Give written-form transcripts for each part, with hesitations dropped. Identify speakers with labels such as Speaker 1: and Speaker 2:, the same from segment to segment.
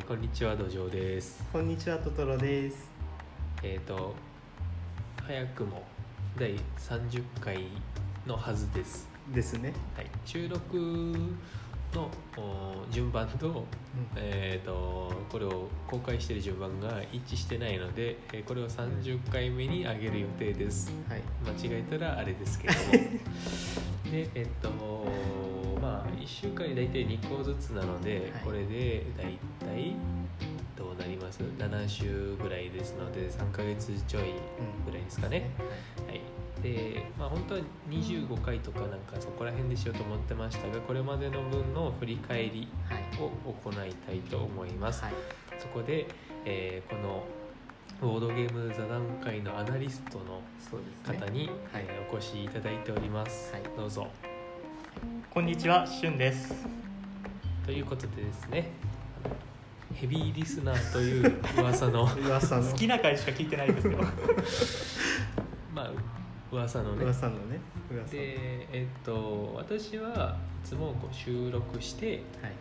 Speaker 1: こんにちは、土壌です。
Speaker 2: こんにちは、トトロです。
Speaker 1: 早くも第30回のはずです。
Speaker 2: ですね。
Speaker 1: はい、収録の順番と、これを公開している順番が一致してないので、これを30回目に上げる予定です。
Speaker 2: はい、
Speaker 1: 間違えたらあれですけども。で、1週間に大体2個ずつなので、これで大体どうなります ?7 週ぐらいですので3ヶ月ちょいぐらいですかね。はい。で、本当は25回とかなんかそこら辺でしようと思ってましたが、これまでの分の振り返りを行いたいと思います。そこで、このボードゲーム座談会のアナリストの方に、お越しいただいております。どうぞ。
Speaker 3: こんにちは、しゅんです。
Speaker 1: ということでですね、ヘビーリスナーという噂の
Speaker 3: 好きな回しか聞いてないですよ。
Speaker 1: 噂のね。で、私はいつもこう収録して、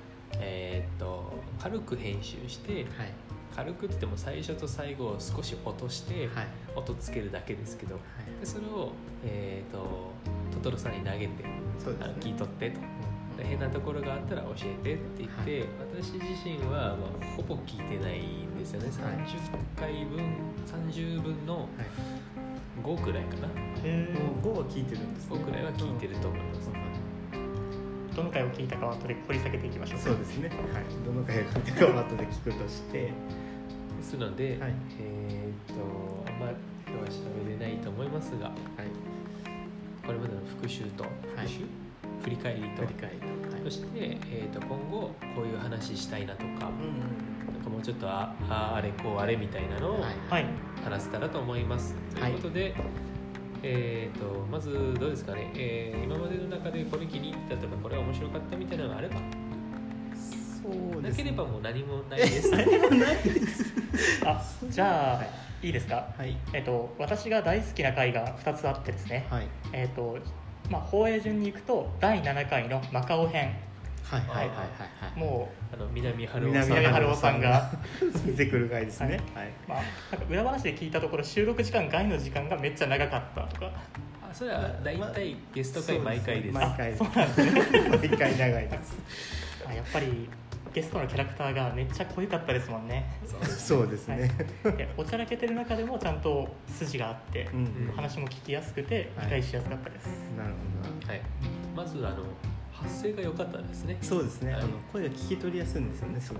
Speaker 1: 軽く編集して、軽くって言っても最初と最後を少し落として、音つけるだけですけど、でそれを、トトロさんに投げて、聞いとってと、変なところがあったら教えてって言って、私自身は、ほぼ聞いてないんですよね。30回分、30分の5くらいかな。
Speaker 2: 5は聞いてるんですね。
Speaker 1: 5くらいは聞いてると思います。
Speaker 3: どの回を聞いたかは後で掘り下げていきましょう。
Speaker 2: そうですね。どの回を聞いたかは後で聞くとして。
Speaker 1: ですので、あんまり今日は喋れないと思いますが、これまでの復習と振り返りと、そして、今後こういう話したいなとか、なんかもうちょっとあれこうあれみたいなのを話せたらと思います。ということで、まずどうですかね、今までの中でこれ気に入ったとかこれは面白かったみたいなのがあれば。
Speaker 2: そうですね。
Speaker 1: なければもう何もないです。
Speaker 2: 何もないです。
Speaker 3: じゃあ、いいですか。私が大好きな回が2つあってですね。放映順に行くと第7回のマカオ編。もう
Speaker 1: 南春
Speaker 3: 夫さんが
Speaker 2: 出てくる回ですね。
Speaker 3: なんか裏話で聞いたところ、収録時間外の時間がめっちゃ長かったとか。
Speaker 1: それは大体ゲスト会毎回です。
Speaker 2: 毎回
Speaker 3: そうなんですね。
Speaker 2: 毎回長いです。
Speaker 3: やっぱりゲストのキャラクターがめっちゃ濃ゆかったですもんね。
Speaker 2: そうですね。
Speaker 3: おちゃらけてる中でもちゃんと筋があって、話も聞きやすくて理解しやすかったです。
Speaker 2: なるほど。
Speaker 1: まず発声が良かったですね。
Speaker 2: そうですね。声が聞き取りやすいんですよね、すごく。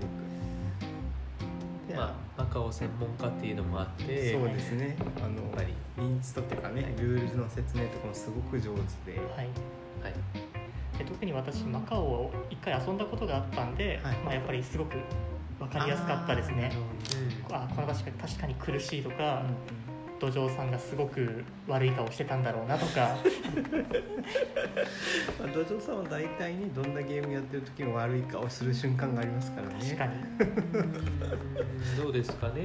Speaker 1: マカオ専門家っていうのもあって、
Speaker 2: そうですね。認知とっていうかね、ルールの説明とかもすごく上手で。
Speaker 3: 特に私マカオを1回遊んだことがあったんで、やっぱりすごく分かりやすかったですね。この確かに苦しいとか、土壌さんがすごく悪い顔してたんだろうなとか。
Speaker 2: 土壌さんは大体ね、どんなゲームやってる時も悪い顔する瞬間がありますからね。
Speaker 3: 確かに。
Speaker 1: どうですかね。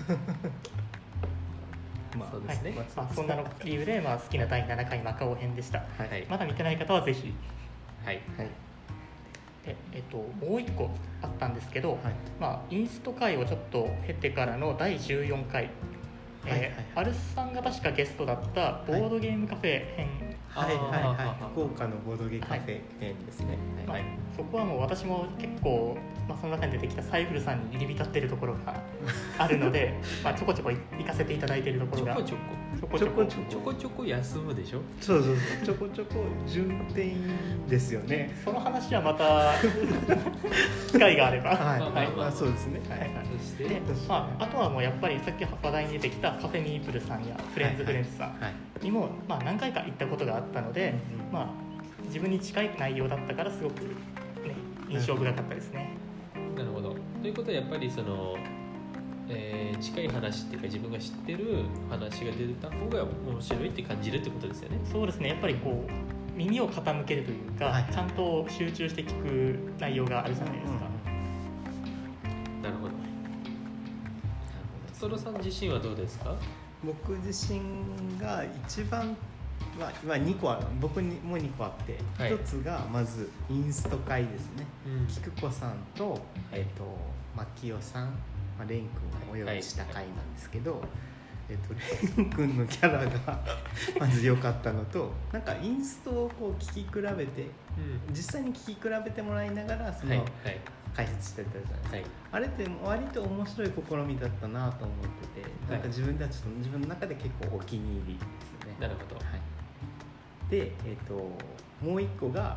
Speaker 3: そうですね。そんなの理由で、好きな第7回マカオ編でした。まだ見てない方はぜひ。でもう一個あったんですけど、インスト会をちょっと経てからの第14回、アルスさんが確かゲストだったボードゲームカフェ編、
Speaker 2: 福岡のボードゲームカフェ編ですね。
Speaker 3: そこはもう私も結構、その中に出てきたサイフルさんに入り浸っているところがあるので、ちょこちょこ行かせていただいているところが
Speaker 1: ちょこちょこ休むでしょ。
Speaker 2: そうちょこちょこ順転ですよね。
Speaker 3: その話はまた機会があれば。
Speaker 2: そうですね。
Speaker 3: そしてあとはもうやっぱりさっき話題に出てきたカフェミープルさんやフレンズさんにも何回か行ったことがあったので、自分に近い内容だったからすごく、印象深かったですね。
Speaker 1: なるほど。ということはやっぱりその、近い話っていうか自分が知ってる話が出た方が面白いって感じるってことですよね。
Speaker 3: そうですね。やっぱりこう耳を傾けるというか、ちゃんと集中して聞く内容があるじゃないですか。
Speaker 1: なるほど。トトロさん自身はどうですか？
Speaker 2: 僕自身が一番 2個は僕にも2個あって、
Speaker 1: はい、
Speaker 2: 1つがまずインスト会ですね、菊子さんと、牧代さん、レン君をお呼びした会なんですけど、レン君のキャラがまず良かったのと、なんかインストをこう聞き比べて、実際に聞き比べてもらいながらその、解説してたじゃないですか、あれって割と面白い試みだったなと思ってて、なんか自分の中で結構お気に入りですね。
Speaker 1: なるほど。
Speaker 2: で、もう一個が、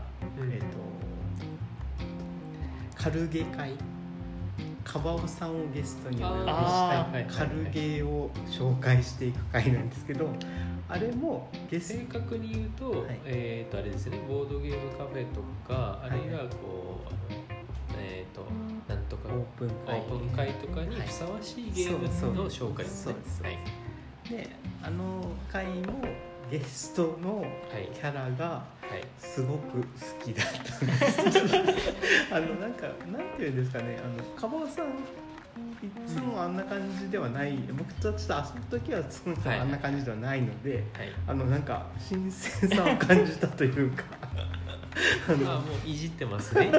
Speaker 2: カルゲ会、カバオさんをゲストにお呼びしたカルゲを紹介していく会なんですけど、あれも
Speaker 1: 正確に言うと、あれですね、ボードゲームカフェとか、あるいはこう、なんとかオープン会とかにふさわしいゲームの紹介ですね。
Speaker 2: で、あの会もゲストのキャラがすごく好きだったんですなんかなんていうんですかね、カバオさんいつもあんな感じではない、僕とちょっと遊ぶ時はそもそもあんな感じではないので、なんか新鮮さを感じたというか
Speaker 1: もういじってますね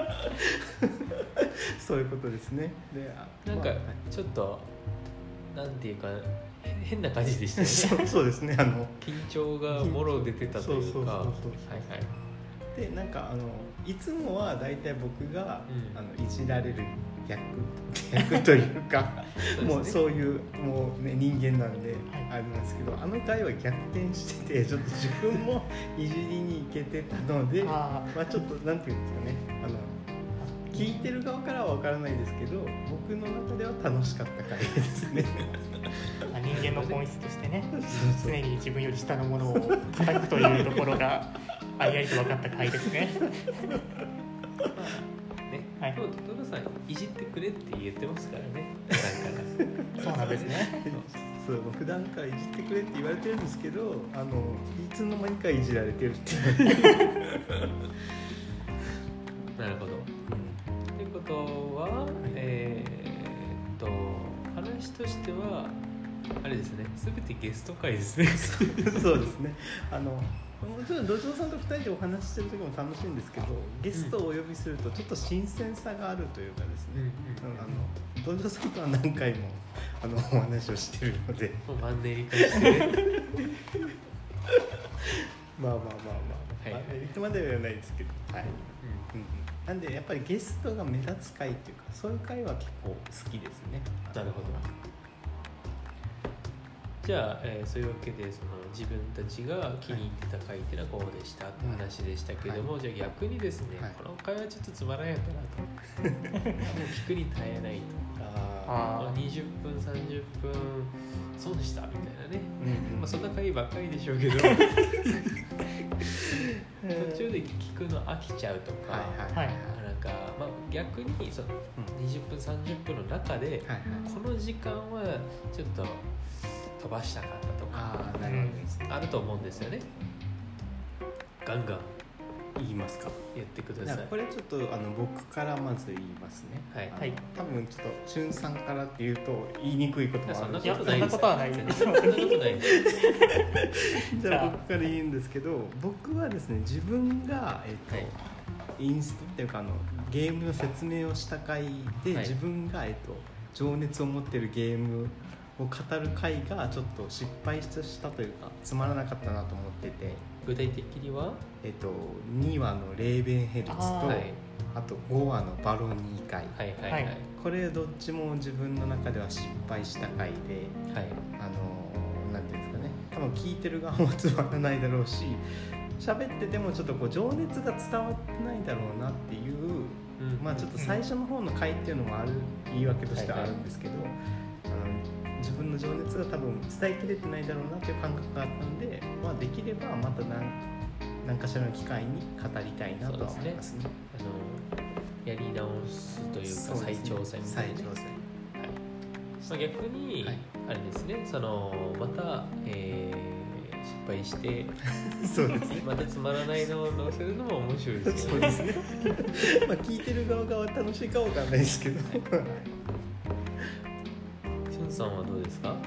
Speaker 2: そういうことですね。で、
Speaker 1: なんかちょっと、なんていうか変な感じでしたね
Speaker 2: そうですね、
Speaker 1: 緊張がもろ出てたというか、
Speaker 2: で、なんかいつもはだいたい僕が、いじられる逆というかもうそういうもう、ね、人間なんであれなんですけど、あの回は逆転してて、ちょっと自分もいじりに行けてたのでちょっとなんていうんですかね、聞いてる側からは分からないですけど、僕の中では楽しかった回ですね
Speaker 3: 人間の本質としてね、常に自分より下のものを叩くというところがありありと分かった回ですね
Speaker 1: でもトトロさんいじってくれって言ってますからね、普
Speaker 3: 段からそうなんですね
Speaker 2: そう普段からいじってくれって言われてるんですけど、いつの間にかいじられてるって
Speaker 1: なるほど、ということは、話としてはあれですね、全てゲスト会ですね
Speaker 2: そうですね、もちろん土壌さんと2人でお話ししてる時も楽しいんですけど、ゲストをお呼びするとちょっと新鮮さがあるというかですね、土壌さんとは何回もお話をしてるので
Speaker 1: マンネリ化してね
Speaker 2: まあいつまではないですけど、なんでやっぱりゲストが目立つ回っていうか、そういう回は結構好きですね。
Speaker 1: なるほど。じゃあ、そういうわけでその自分たちが気に入ってた回っていうのはこうでしたって話でしたけども、じゃあ逆にですね、この回はちょっとつまらんやったなともう聞くに耐えないと20分30分そうでしたみたいなね、そんな回ばっかりでしょうけど途中で聞くの飽きちゃうとか、なんか、逆にその20分30分の中で、この時間はちょっと飛ばしたかったとかあると思うんですよね。ガンガン
Speaker 2: 言いますか。
Speaker 1: 言ってください。
Speaker 2: これちょっと僕からまず言いますね。多分ちょっとしゅんさんからっていうと言いにくいこともある。
Speaker 3: そんなことはないです。そんなことないです。
Speaker 2: じゃあ僕から言うんですけど、僕はですね、自分がインストっていうかゲームの説明をした回で、自分が情熱を持ってるゲームを語る回がちょっと失敗したというかつまらなかったなと思ってて、
Speaker 1: 具体的には
Speaker 2: 2話のレーベンヘルツとあと5話のバロニー回、これどっちも自分の中では失敗した回で、なんていうんですかね、多分聞いてる側もつまらないだろうし、喋っててもちょっとこう情熱が伝わってないだろうなっていう、ちょっと最初の方の回っていうのもある言い訳としてはあるんですけど、自分の情熱が多分伝えきれてないだろうなっていう感覚があったんで、できればまた何かしらの機会に語りたいなとは思いますね。
Speaker 1: やり直すというか再挑戦みたいな、逆に、あれですね、また、失敗して
Speaker 2: そうですね、
Speaker 1: またつまらないのを載せるのも面白いですよ
Speaker 2: ね。そうですね聞いてる側が楽しいかわかんないですけど、
Speaker 1: しゅんさんはどうですか？
Speaker 3: そ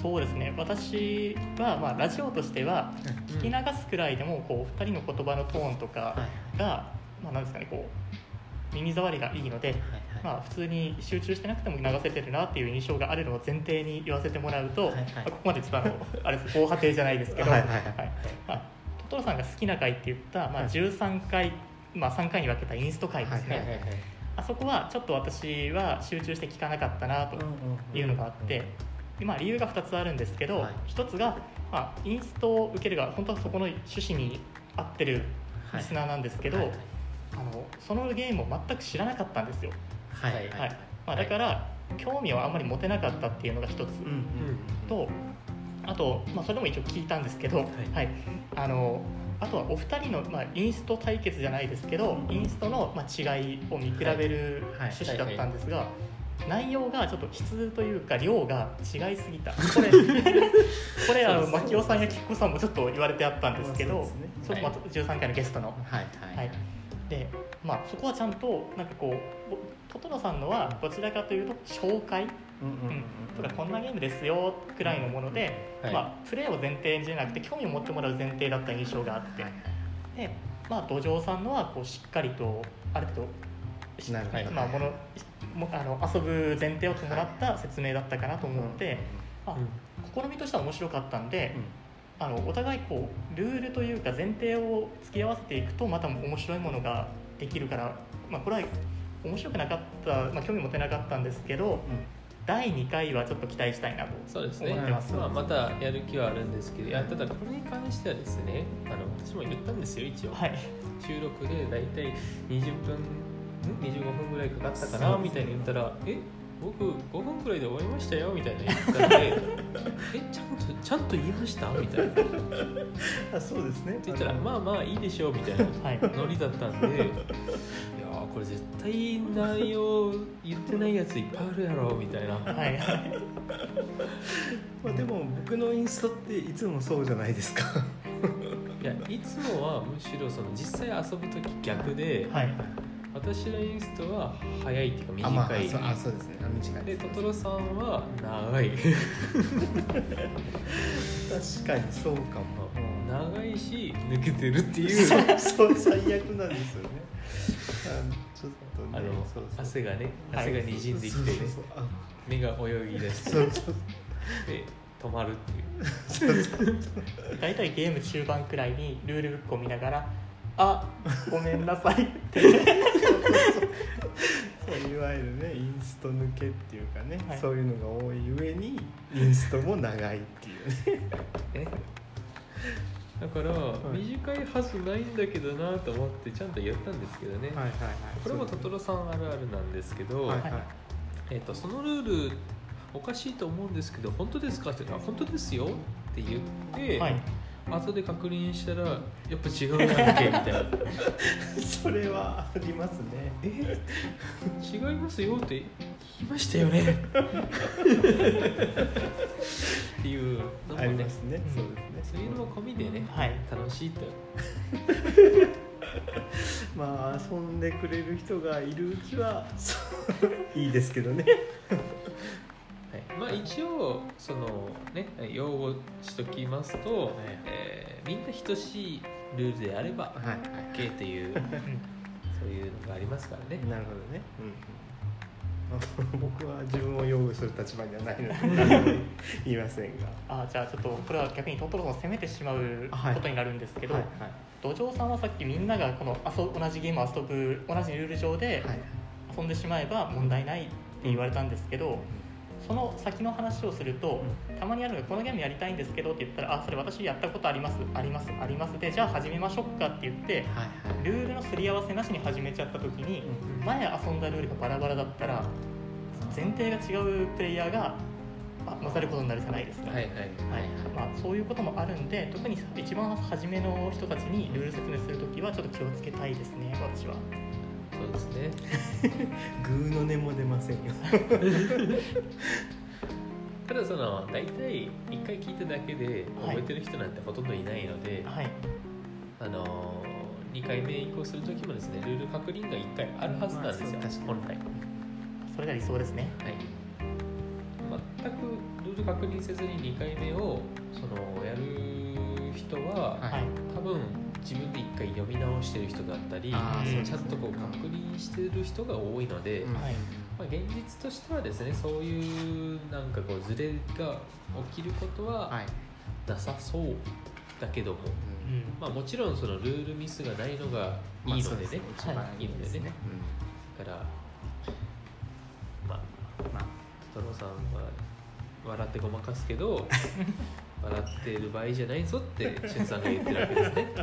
Speaker 3: そうですね、私は、まあ、ラジオとしては聞き流すくらいでもこう2人の言葉のトーンとかが、まあ、なんですかね、こう耳障りがいいので、まあ、普通に集中してなくても流せてるなっていう印象があるのを前提に言わせてもらうと、ここまでちょっとあれ防波堤じゃないですけど、トトロさんが好きな回って言った、まあ、13回、まあ、3回に分けたインスト回ですね。あそこはちょっと私は集中して聞かなかったなというのがあって、まあ、理由が2つあるんですけど、1つが、まあ、インストを受けるが本当はそこの趣旨に合ってるリスナーなんですけど、そのゲームを全く知らなかったんですよ。まあ、だから興味をあんまり持てなかったっていうのが1つと、あと、まあ、それでも一応聞いたんですけど、あとはお二人の、まあ、インスト対決じゃないですけど、インストの、まあ、違いを見比べる趣旨だったんですが、内容がちょっと質というか量が違いすぎた。これ牧尾さんやきっこさんもちょっと言われてあったんですけど、ちょっとまた13回のゲストの、で、まあ、そこはちゃんとなんかこうトトロさんのはどちらかというと紹介とかこんなゲームですよくらいのもので、まあ、プレイを前提じゃなくて興味を持ってもらう前提だった印象があって、で、まあ、土壌さんのはこうしっかりとある程度まあ、遊ぶ前提を伴った説明だったかなと思って、試みとしては面白かったんで、お互いこうルールというか前提を付き合わせていくとまた面白いものができるから、まあ、これは面白くなかった、まあ、興味持てなかったんですけど、第2回はちょっと期待したいなと思ってます。
Speaker 1: まあ、またやる気はあるんですけど、ただこれに関してはですね、私も言ったんですよ一応、収録でだいたい25分ぐらいかかったかなみたいに言ったら、僕5分くらいで終わりましたよみたいな言ったんでちゃんと言いましたみたいな
Speaker 2: そうですね
Speaker 1: って言ったら、まあまあいいでしょうみたいなノリだったんで、いやこれ絶対内容言ってないやついっぱいあるやろみたいな
Speaker 2: まあでも僕のインストっていつもそうじゃないですか
Speaker 1: いやいつもはむしろその実際遊ぶ時逆で、私のインストは早いっていうか短い。
Speaker 2: そうですね、短い
Speaker 1: でトトロさんは長い
Speaker 2: 確かにそうかも。
Speaker 1: 長いし抜けてるっていう
Speaker 2: そう最悪なんですよねちょっとね、
Speaker 1: 汗がにじんできて、目が泳ぎ出してで止まるっていう
Speaker 3: だいたいゲーム中盤くらいにルールブックを見ながらごめんなさいって
Speaker 2: そういわゆるねインスト抜けっていうかね、そういうのが多い上にインストも長いっていうね
Speaker 1: だから、短いはずないんだけどなと思ってちゃんと言ったんですけどね、これもトトロさんあるあるなんですけど、そのルールおかしいと思うんですけど本当ですかって言ったら本当ですよって言って、後で確認したらやっぱ違うやんけみたいな
Speaker 2: それはありますね。
Speaker 1: 違いますよって言いましたよねっていうのもね
Speaker 2: ありますね、
Speaker 1: そうですね、そういうのも込みでね、楽しいと
Speaker 2: まあ遊んでくれる人がいるうちはいいですけどね
Speaker 1: まあ、一応その、ね、用語しときますと、みんな等しいルールであれば OK という、そういうのがありますからね。
Speaker 2: なるほどね、僕は自分を擁護する立場にはないので何も言いませんが
Speaker 3: じゃあちょっとこれは逆にトトロさんを責めてしまうことになるんですけど、土壌さんはさっきみんながこの同じゲームを遊ぶ同じルール上で遊んでしまえば問題ないって言われたんですけど、その先の話をすると、たまにあるのがこのゲームやりたいんですけどって言ったらそれ私やったことありますでじゃあ始めましょうかって言って、ルールのすり合わせなしに始めちゃった時に、前遊んだルールがバラバラだったら前提が違うプレイヤーが混ざることになるじゃないですか。そういうこともあるんで、特に一番初めの人たちにルール説明するときはちょっと気をつけたいですね、私は。
Speaker 1: そうですね
Speaker 2: グーの音も出ませんよ
Speaker 1: ただその大体1回聞いただけで覚えてる人なんてほとんどいないので、2回目移行するときもですね、ルール確認が1回あるはずなんですよ、本来。
Speaker 3: それが理想ですね。
Speaker 1: 全くルール確認せずに2回目をやる人は、はい、多分自分で1回読み直してる人だったり、ちゃんとこう確認してる人が多いので、はい、まあ、現実としてはですね、そういうなんかこうズレが起きることはなさそうだけども、まあ、もちろんそのルールミスがないのがいいのでね、いいのでね、だからまあトロさんは笑ってごまかすけど笑ってる場合じゃないぞってしゅんさんが言ってるわけですね。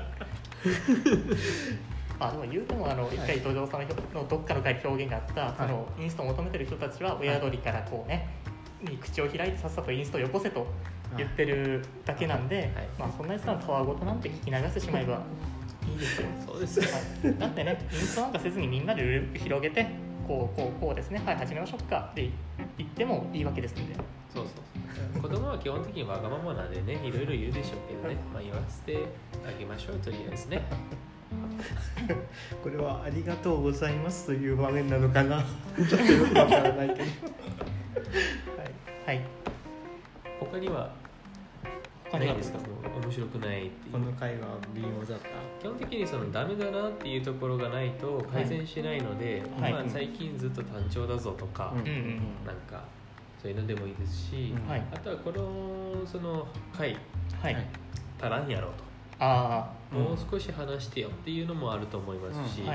Speaker 3: でも言うても一回土壌さんのどっかの回で表現があった、そのインストを求めてる人たちは親鳥からこうね、に口を開いてさっさとインストをよこせと言ってるだけなんで、まあ、そんなやつらのたわごとなんて聞き流してしまえばいいですよ。
Speaker 1: そうですよ、
Speaker 3: だってね、インストなんかせずにみんなでルール広げてこうですね、はい、始めましょうかって言ってもいいわけですので。
Speaker 1: そう子供は基本的にわがままなんでね、いろいろ言うでしょうけどね、まあ、言わせてあげましょうとりあえずね。
Speaker 2: これはありがとうございますという場面なのかなちょっとよくわからないけど
Speaker 3: はい、
Speaker 1: 他にはないですか？面白くないっていう。
Speaker 2: この回は微妙だった。
Speaker 1: 基本的にダメだなっていうところがないと改善しないので、まあ、最近ずっと単調だぞとか、なんかそういうのでもいいですし、あとはその回、足らんやろと、もう少し話してよっていうのもあると思いますし、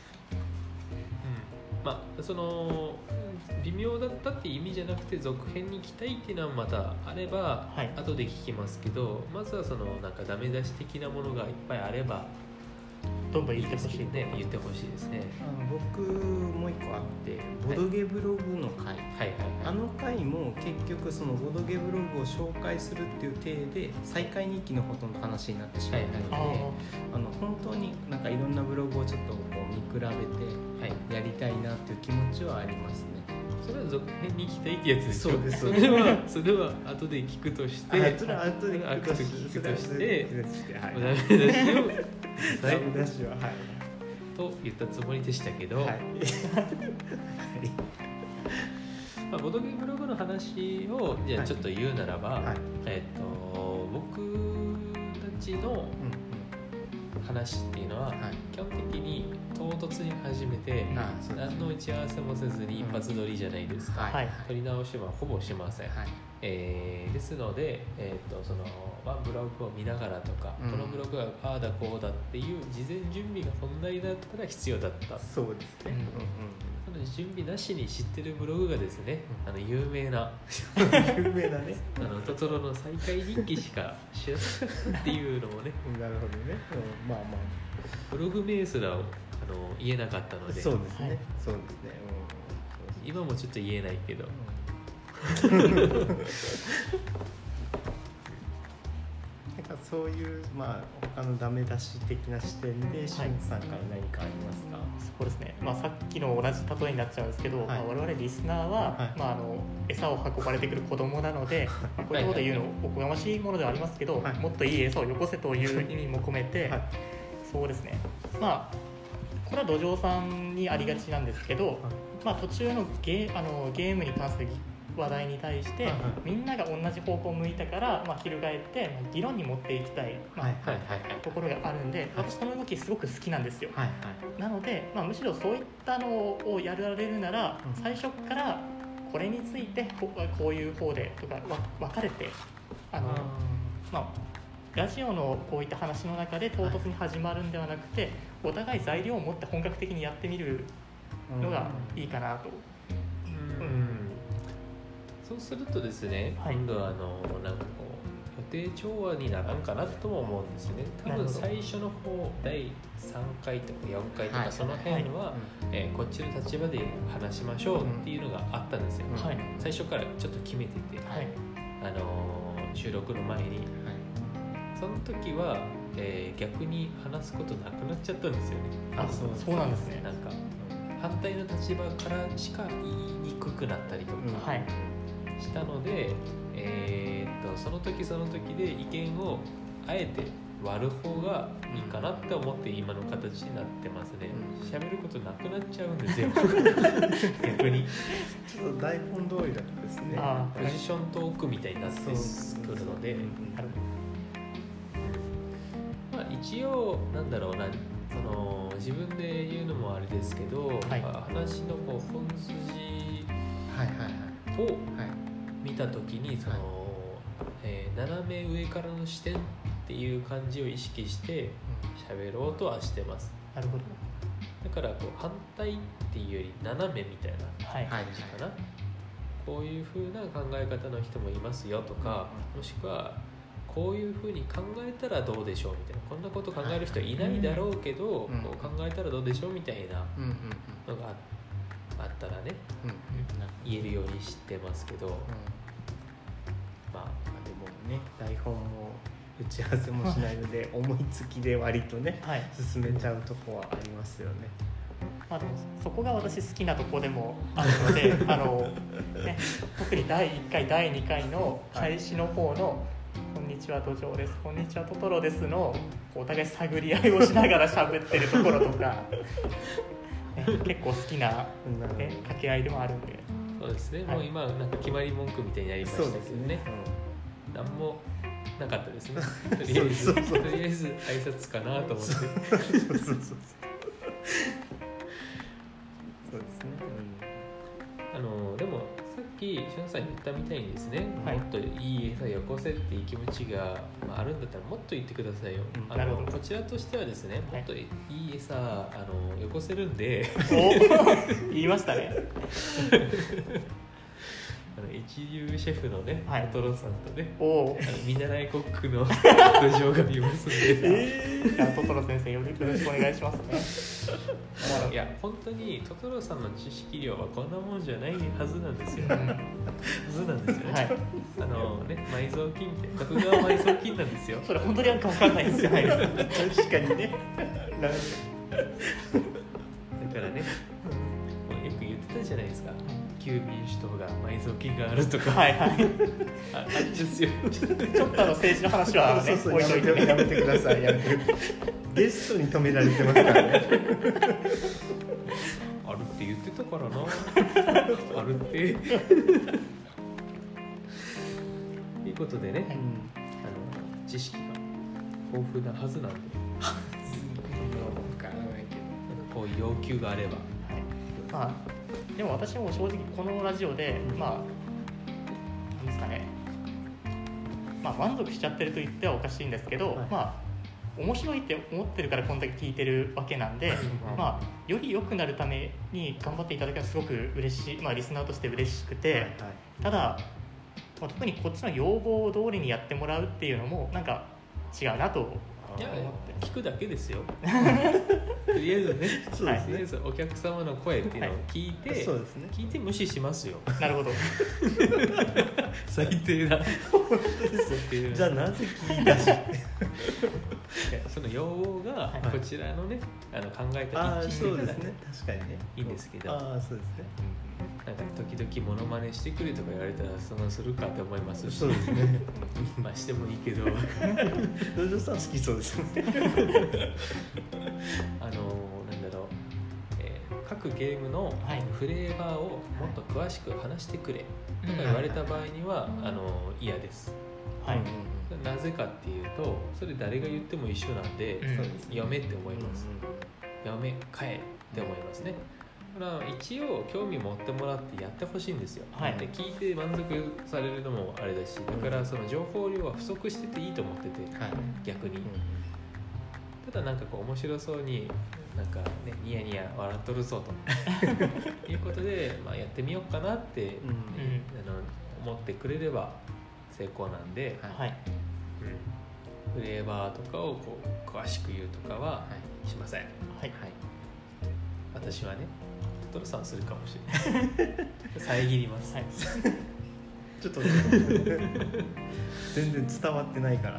Speaker 1: まあ微妙だったっていう意味じゃなくて続編に期待っていうのはまたあれば、後で聞きますけど、まずはなんかダメ出し的なものがいっぱいあれば
Speaker 3: どんどん言ってほしい
Speaker 1: ね。言ってほしいですね。
Speaker 2: 僕もう一個あってボドゲブログの回、あの回も結局そのボドゲブログを紹介するっていう体で再開日記のほとんど話になってしまったので、本当になんかいろんなブログをちょっとこう見比べてやりたいなっていう気持ちはありますね。
Speaker 1: それは続編に行きたいってやつでしょ。
Speaker 2: そうです。
Speaker 1: それは後で聞くとして、
Speaker 2: それは後で聞くとして、
Speaker 1: ダメ出しを
Speaker 2: ダメ出しは
Speaker 1: と言ったつもりでしたけど、まあ、ボドゲブログの話をじゃあちょっと言うならば、僕たちの話っていうのは、基本的に唐突に始めて、何の打ち合わせもせずに一発撮りじゃないですか。撮り直しはほぼしません。ですので、ブログを見ながらとか、このブログはああだこうだっていう事前準備が本来だったら必要だった。
Speaker 2: そうですね。
Speaker 1: その準備なしに知ってるブログがですね、有名な
Speaker 2: ね
Speaker 1: トトロの再開日記しか知らないっていうのもね
Speaker 2: なるほどね、まあ
Speaker 1: ブログ名すら言えなかったので。
Speaker 2: そうですね、
Speaker 1: 今もちょっと言えないけど、
Speaker 2: なんかそういう、他のダメ出し的な視点でしゅんさんから何かありますか？
Speaker 3: そうですね、さっきの同じ例えになっちゃうんですけど、我々リスナーは、餌を運ばれてくる子供なので、こういうことで言うのおこがましいものではありますけど、もっといい餌をよこせという意味も込めて、そうですね、これは土壌さんにありがちなんですけど、途中のゲームに関する話題に対して、みんなが同じ方向を向いたから、翻って議論に持っていきたい、ところがあるんで、私その動きすごく好きなんですよ。なので、むしろそういったのをやられるなら、最初からこれについてこういう方でとか分かれて、ラジオのこういった話の中で唐突に始まるんではなくて、お互い材料を持って本格的にやってみるのがいいかなと。
Speaker 1: そうするとですね、今度はなんかこう予定調和にならんかなとも思うんですよね。多分最初の方第3回とか4回とかその辺は、こっちの立場で話しましょうっていうのがあったんですよ。最初からちょっと決めてて、収録の前に、その時は、逆に話すことなくなっちゃったんですよね。
Speaker 3: そうなんですね。
Speaker 1: なんか反対の立場からしか言いにくくなったりとかしたので、その時その時で意見をあえて割る方がいいかなって思って今の形になってますね。喋ることなくなっちゃうんですよ逆に
Speaker 2: ちょっと台本通りだったですね。
Speaker 1: ポジショントークみたいになってくるので、まあ、一応なんだろうな、その自分で言うのもあれですけど、はい、話のこう本筋を見た時にその、斜め上からの視点っていう感じを意識して喋ろうとはしてます。
Speaker 3: なるほど。
Speaker 1: だからこう反対っていうより斜めみたいな感じかな、こういう風な考え方の人もいますよとか、もしくはこういう風に考えたらどうでしょうみたいな、こんなこと考える人いないだろうけど、こう考えたらどうでしょうみたいなのがあったらね、言えるようにしてますけど、
Speaker 2: まあでもね、台本も打ち合わせもしないので思いつきで割とね、進めちゃうとこはありますよね。
Speaker 3: まあ、でもそこが私好きなとこでもあるのでね、特に第1回第2回の開始の方のこんにちは土壌です、こんにちはトトロですのお互い探り合いをしながら喋ってるところとか、ね、結構好きな、掛け合いでもあるんで。
Speaker 1: そうですね、もう今なんか決まり文句みたいになりましたけどね、何もなかったですねとりあえず挨拶かなと思ってそうですね、でもさっきしゅんさん言ったみたいにですね、もっといい餌よこせっていう気持ちが、あるんだったらもっと言ってくださいよ。
Speaker 3: なるほど。
Speaker 1: こちらとしてはですね、もっといい餌よこせるんで
Speaker 3: 言いましたね
Speaker 1: 一流シェフのね、トトロさんとね、見習いコックの土壌がいますんで、
Speaker 3: トトロ先生よろしくお願いしますね
Speaker 1: いや本当にトトロさんの知識量はこんなもんじゃないはずなんですよはずなんですよね、埋蔵金って徳川埋蔵金なんですよ
Speaker 3: それ本当にあるか分かんないですよね
Speaker 2: 確かにね
Speaker 1: だからね、もうよく言ってたじゃないですか、旧民主党が埋蔵金があるとかあるんですよ
Speaker 3: ちょっと政治の話はね、置いといて
Speaker 2: やめてください。ゲストに止められてますからね
Speaker 1: あるって言ってたからなあるっていうことでね、知識が豊富なはずなんでこういう要求があれば、
Speaker 3: でも私も正直このラジオでなんですかね、満足しちゃってると言ってはおかしいんですけど、面白いって思ってるからこんだけ聞いてるわけなんで、より良くなるために頑張っていただけるのはすごく嬉しい、リスナーとして嬉しくて、ただ、特にこっちの要望通りにやってもらうっていうのもなんか違うなと思って。
Speaker 1: いや聞くだけですよとりあえずね、とりあえずお客様の声っていうのを聞いて、聞いて無視しますよ。
Speaker 3: なるほど
Speaker 1: 最低だ
Speaker 2: じゃあなぜ聞いたし
Speaker 1: その要望がこちらのね、考えた一致してたらね、
Speaker 2: 確かにね、
Speaker 1: いいんですけど、
Speaker 2: そうですね、
Speaker 1: なんか時々モノマネしてくれとか言われたらそのするかって思いますし、
Speaker 2: そうですね
Speaker 1: してもいいけど
Speaker 2: 土壌さん好きそうですね
Speaker 1: なんだろう、各ゲームのフレーバーをもっと詳しく話してくれとか言われた場合には嫌です、なぜかっていうと、それ誰が言っても一緒なんで、読めって思います、読め買えって思いますね。だから一応興味持ってもらってやってほしいんですよ、で聞いて満足されるのもあれだし、だからその情報量は不足してていいと思ってて、逆に、ただなんかこう面白そうになんかねニヤニヤ笑っとるぞということで、やってみようかなって、思ってくれれば成功なんで、フレーバーとかをこう詳しく言うとかはしません。私はね、トトロさんするかもしれない遮ります、
Speaker 2: ちょっと全然伝わってないから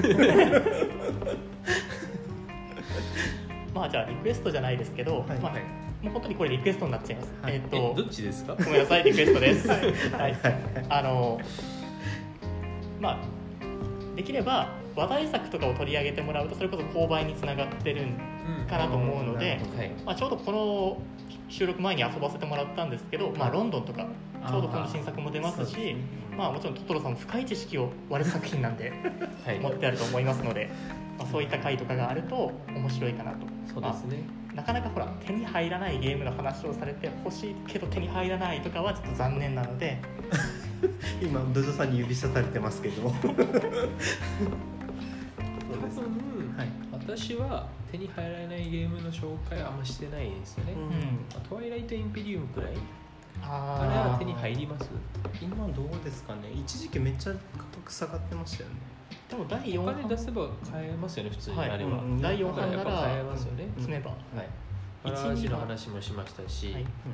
Speaker 3: じゃあリクエストじゃないですけど、もう本当にこれリクエストになっちゃいます、
Speaker 1: どっちですか？
Speaker 3: ごめんなさい、リクエストですできれば話題作とかを取り上げてもらうとそれこそ購買につながってるかなと思うので、ちょうどこの収録前に遊ばせてもらったんですけど、ロンドンとかちょうど今度新作も出ますし、もちろんトトロさんも深い知識を割る作品なんで持ってあると思いますので、そういった回とかがあると面白いかなと。
Speaker 1: そうですね、
Speaker 3: なかなかほら手に入らないゲームの話をされて欲しいけど手に入らないとかはちょっと残念なので
Speaker 2: 今ドジョさんに指さされてますけどそうです、
Speaker 1: 私は手に入らないゲームの紹介はあんましてないですよね、トワイライトインペリウムくらいあれは手に入ります？
Speaker 2: 今どうですかね。一時期めっちゃ価格下がってましたよね。
Speaker 3: でも第4
Speaker 1: 版お金出せば買えますよね、普通にあれは、
Speaker 3: 第4版なら
Speaker 1: 買えますよね、
Speaker 3: 積めば、
Speaker 1: パラアジの話もしましたし、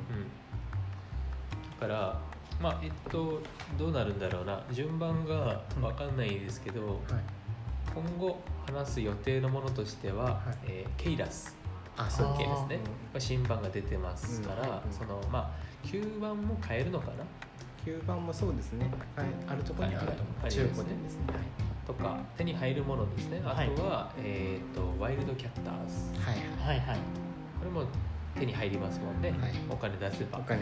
Speaker 1: だからどうなるんだろうな、順番が分かんないですけど、今後話す予定のものとしては、ケイラス系ですね、新版が出てますから、9番も買えるのかな。
Speaker 2: 9番もそうですね、あるところにあると思う、中古店ですね、
Speaker 1: とか手に入るものですね。あとは、ワイルドキャッターズ、これも手に入りますもんね、お金出せばか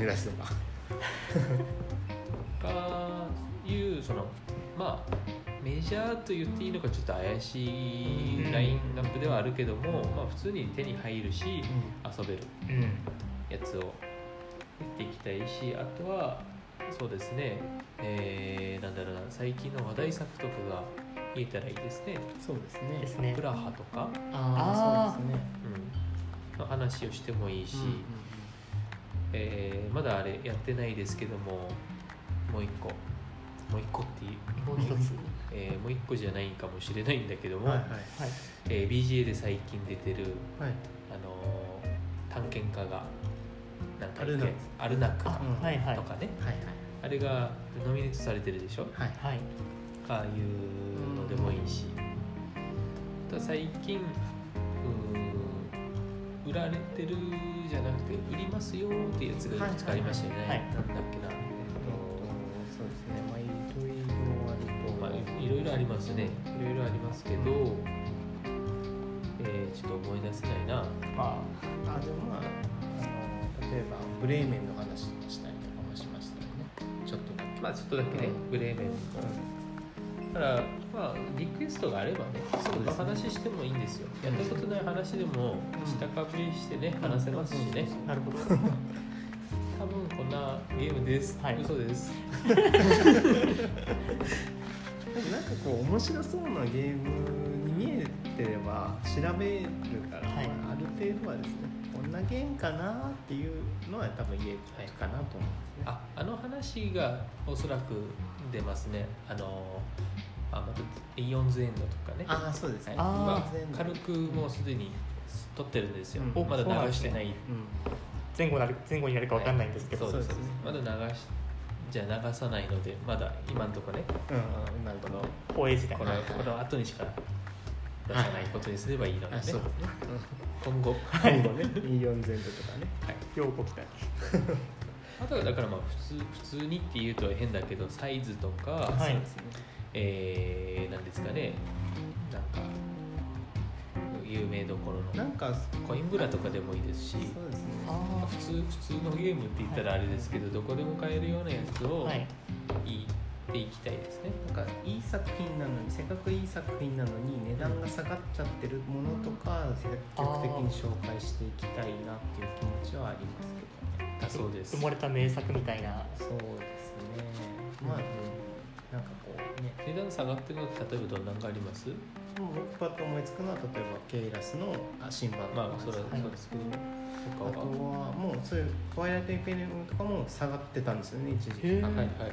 Speaker 1: いうメジャーと言っていいのかちょっと怪しいラインナップではあるけども、普通に手に入るし、遊べるやつをやっていきたいし、あとはそうですね、最近の話題作とかが言えたらいいですね。
Speaker 2: そうですね。
Speaker 1: プラハとか、
Speaker 2: そうですね。
Speaker 1: の話をしてもいいし、まだあれやってないですけども、もう一個っていう、
Speaker 3: もう一つ、
Speaker 1: もう一個じゃないかもしれないんだけども、BGA で最近出てる、探検家がアルナックとかね、あれがノミネートされてるでしょ、ああいうのでもいいし、あと最近売られてるじゃなくて売りますよっていうやつがいくつかありましたよね、なんだっけな、
Speaker 2: そうですね、
Speaker 1: いろいろありますね、いろいろありますけど、ちょっと思い出せないな。
Speaker 2: でも例えばブレーメンの話したりとかもしましたよね。ちょっとだけね、ブレーメンだからリクエストがあればね、その話してもいいんですよ。やったことない話でも下かぶりしてね、話せますしね。
Speaker 3: なるほど。
Speaker 1: 多分こんなゲームです。嘘です。
Speaker 2: 面白そうなゲームに見えてれば調べるから、ある程度はですね、こんなゲームかなっていうのは多分言えるかなと思うんですね。
Speaker 1: あの話がおそらく出ますね。またイオンズエンドとかね。
Speaker 2: そうですね。
Speaker 1: 軽くもうすでに撮ってるんですよ。まだ流してない。
Speaker 3: 前後になるか分かんないんですけど、
Speaker 1: そうです。まだ流さないので、まだ今のところね、今のところ
Speaker 3: 放映時代
Speaker 1: この後にしか出さないことにすればいいのでね。今後
Speaker 2: ね、イオンズエンドとかね、
Speaker 3: ようこ来たり。
Speaker 1: あとはだから普通にって言うと変だけど、サイズとか、なんですかね、なんか有名どころのコインブラとかでもいいですし、普通のゲームって言ったらあれですけど、どこでも買えるようなやつを言っていきたいですね。
Speaker 2: いい作品なのに、せっかくいい作品なのに値段が下がっちゃってるものとか積極的に紹介していきたいなっていう気持ちはありますけどね。
Speaker 1: そうです。
Speaker 3: 埋もれた名作みたいな。
Speaker 2: そうですね。
Speaker 1: 値段下がってるのって例えばどんなのがあります？
Speaker 2: 僕パッと思いつくのは、例えばケイラスの新版とか、
Speaker 1: それはそうですけど、
Speaker 2: あとはもうそういうトワイライトインペリウムとかも下がってたんですよね、一時期。あとどんなのがあ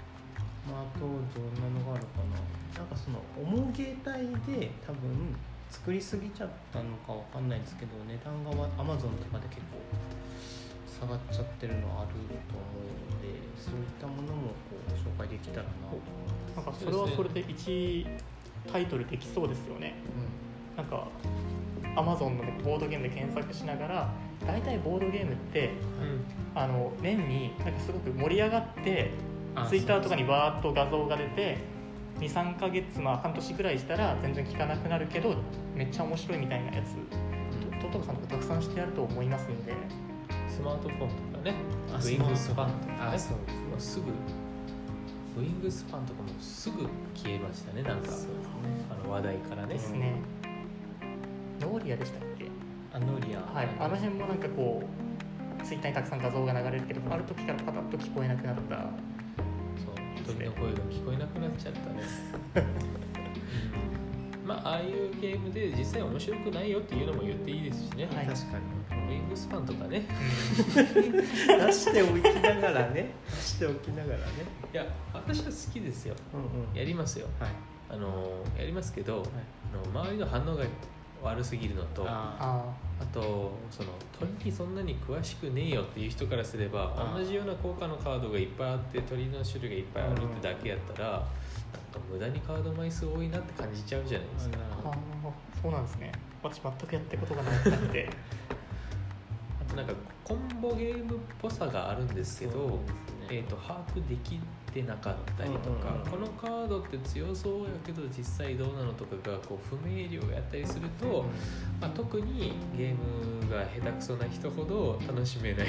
Speaker 2: るかな。その重ゲー体で多分作りすぎちゃったのかわかんないんですけど、値段が Amazon とかで結構下がっちゃってるのあると思うので、そういったものも紹介できたらな。
Speaker 3: それはそれで1タイトルできそうですよね。Amazon のボードゲームで検索しながら、大体ボードゲームって、年にすごく盛り上がって、ツイッターとかにバーッと画像が出て、 23ヶ月、半年ぐらいしたら全然聞かなくなるけどめっちゃ面白いみたいなやつ、トトロさんとかたくさんしてやると思いますんで。
Speaker 1: スマートフォンとかね、ウィングスパンとかね、すぐウィングスパンとかもすぐ消えましたね、なんか、話題からね。
Speaker 3: ですね。ノーリアでしたっけ？
Speaker 2: ノーリア。
Speaker 3: はい。あの辺もなんかこうツイッターにたくさん画像が流れるけど、ある時からパタッと聞こえなくなった。
Speaker 1: そう、鳥の声が聞こえなくなっちゃったね。ああいうゲームで実際面白くないよっていうのも言っていいですしね。
Speaker 3: はい、
Speaker 2: 確かに。
Speaker 1: ウィングスパンとかね
Speaker 2: 出しておきながらね。
Speaker 1: いや、私は好きですよ。やりますよ。
Speaker 2: はい、
Speaker 1: やりますけど、周りの反応が悪すぎるのと、あとその鳥にそんなに詳しくねえよっていう人からすれば、同じような効果のカードがいっぱいあって鳥の種類がいっぱいあるってだけやったら、なんか無駄にカード枚数多いなって感じちゃうじゃないですか。
Speaker 3: そうなんですね。私全くやったことがなくて
Speaker 1: あとなんかコンボゲームっぽさがあるんですけど、把握できてなかったりとか、このカードって強そうやけど実際どうなのとかがこう不明瞭やったりすると、特にゲームが下手くそな人ほど楽しめない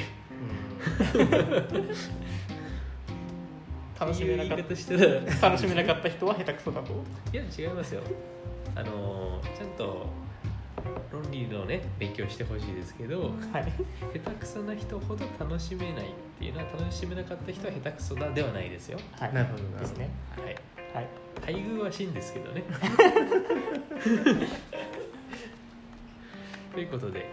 Speaker 3: 楽しめなかった人は下手くそだと。
Speaker 1: いや違いますよ。ちゃんと論理のね勉強してほしいですけど、下手くそな人ほど楽しめないっていうのは、楽しめなかった人は下手くそだではないですよ。
Speaker 3: なるほどですね。
Speaker 1: 待遇はしいんですけどねということで、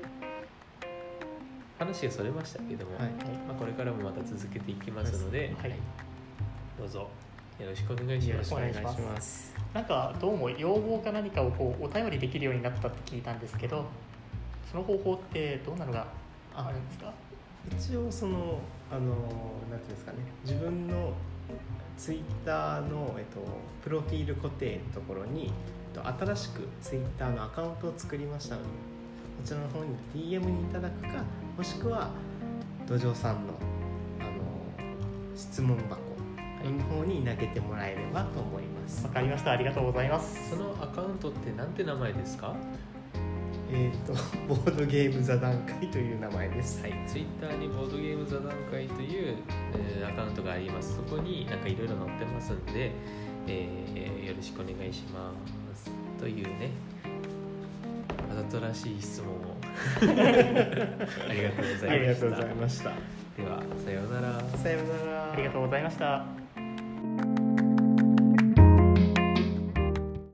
Speaker 1: 話がそれましたけども、これからもまた続けていきますので、どうぞよろしくお願いします。
Speaker 3: お願いします。なんかどうも要望か何かをこうお便りできるようになったって聞いたんですけど、その方法ってどんなのがあるんですか？
Speaker 2: 一応そのなんていうんですかね、自分のツイッターの、プロフィール固定のところに新しくツイッターのアカウントを作りましたので、こちらの方に DM にいただくか、もしくは土壌さんの質問箱の方に投げてもらえればと思います。
Speaker 3: わかりました。ありがとうございます。
Speaker 1: そのアカウントってなんて名前ですか？
Speaker 2: ボードゲーム座談会という名前です。
Speaker 1: はい、ツイッターにボードゲーム座談会という、アカウントがあります。そこになんかいろいろ載ってますんで、よろしくお願いしますというね、わざとらしい質問をありがとうございました。
Speaker 2: ありがとうございました。
Speaker 1: ではさようなら。
Speaker 2: さようなら。
Speaker 3: ありがとうございました。